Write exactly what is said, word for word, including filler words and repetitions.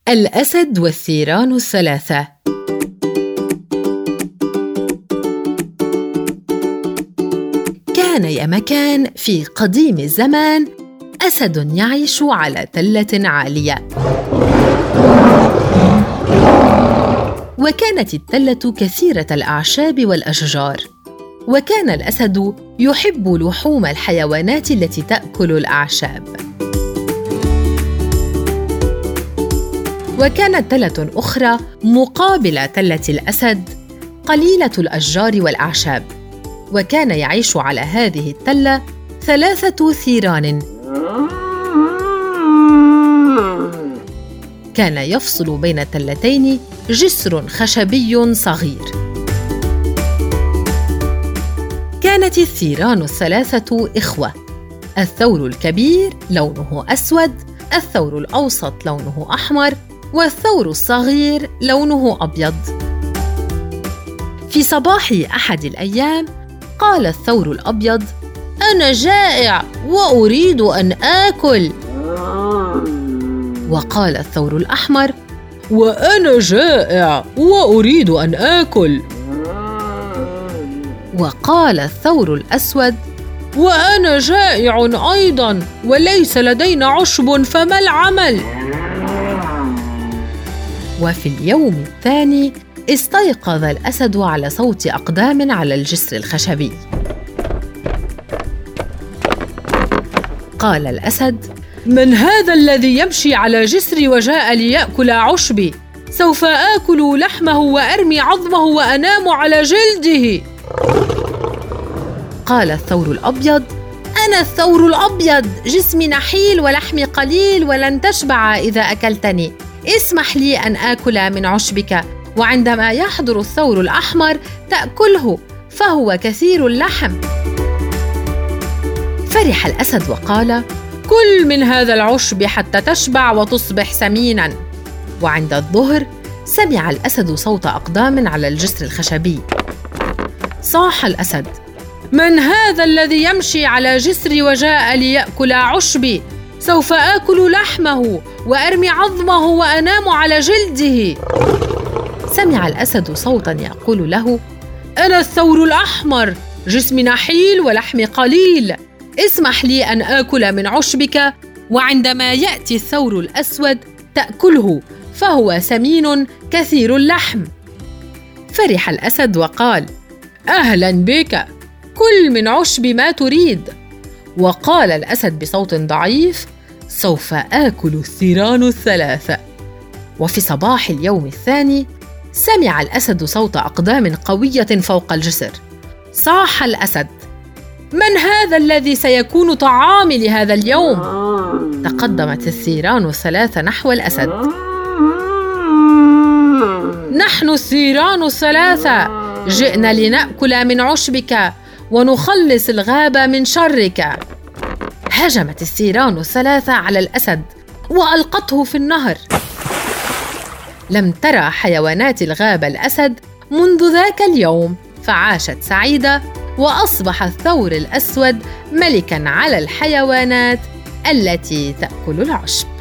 الأسد والثيران الثلاثة. كان يا مكان في قديم الزمان أسد يعيش على تلة عالية، وكانت التلة كثيرة الأعشاب والأشجار، وكان الأسد يحب لحوم الحيوانات التي تأكل الأعشاب. وكانت تلة أخرى مقابل تلة الأسد قليلة الأشجار والأعشاب، وكان يعيش على هذه التلة ثلاثة ثيران. كان يفصل بين التلتين جسر خشبي صغير. كانت الثيران الثلاثة إخوة: الثور الكبير لونه أسود، الثور الأوسط لونه أحمر، والثور الصغير لونه أبيض. في صباح أحد الأيام قال الثور الأبيض: أنا جائع وأريد أن آكل. وقال الثور الأحمر: وأنا جائع وأريد أن آكل. وقال الثور الأسود: وأنا جائع أيضاً وليس لدينا عشب، فما العمل؟ وفي اليوم الثاني استيقظ الأسد على صوت أقدام على الجسر الخشبي. قال الأسد: من هذا الذي يمشي على جسري وجاء ليأكل عشبي؟ سوف آكل لحمه وأرمي عظمه وأنام على جلده. قال الثور الأبيض: أنا الثور الأبيض، جسمي نحيل ولحمي قليل ولن تشبع إذا أكلتني، اسمح لي أن آكل من عشبك، وعندما يحضر الثور الأحمر تأكله فهو كثير اللحم. فرح الأسد وقال: كل من هذا العشب حتى تشبع وتصبح سميناً. وعند الظهر سمع الأسد صوت أقدام على الجسر الخشبي. صاح الأسد: من هذا الذي يمشي على جسري وجاء ليأكل عشبي؟ سوف آكل لحمه وأرمي عظمه وأنام على جلده. سمع الأسد صوتاً يقول له: أنا الثور الأحمر، جسمي نحيل ولحمي قليل، اسمح لي أن آكل من عشبك، وعندما يأتي الثور الأسود تأكله فهو سمين كثير اللحم. فرح الأسد وقال: أهلاً بك، كل من عشب ما تريد. وقال الأسد بصوت ضعيف: سوف آكل الثيران الثلاثة. وفي صباح اليوم الثاني سمع الأسد صوت أقدام قوية فوق الجسر. صاح الأسد: من هذا الذي سيكون طعامي لهذا اليوم؟ تقدمت الثيران الثلاثة نحو الأسد. نحن الثيران الثلاثة جئنا لنأكل من عشبك ونخلص الغابة من شرك. هجمت الثيران الثلاثة على الأسد وألقته في النهر. لم ترى حيوانات الغابة الأسد منذ ذاك اليوم، فعاشت سعيدة، وأصبح الثور الأسود ملكاً على الحيوانات التي تأكل العشب.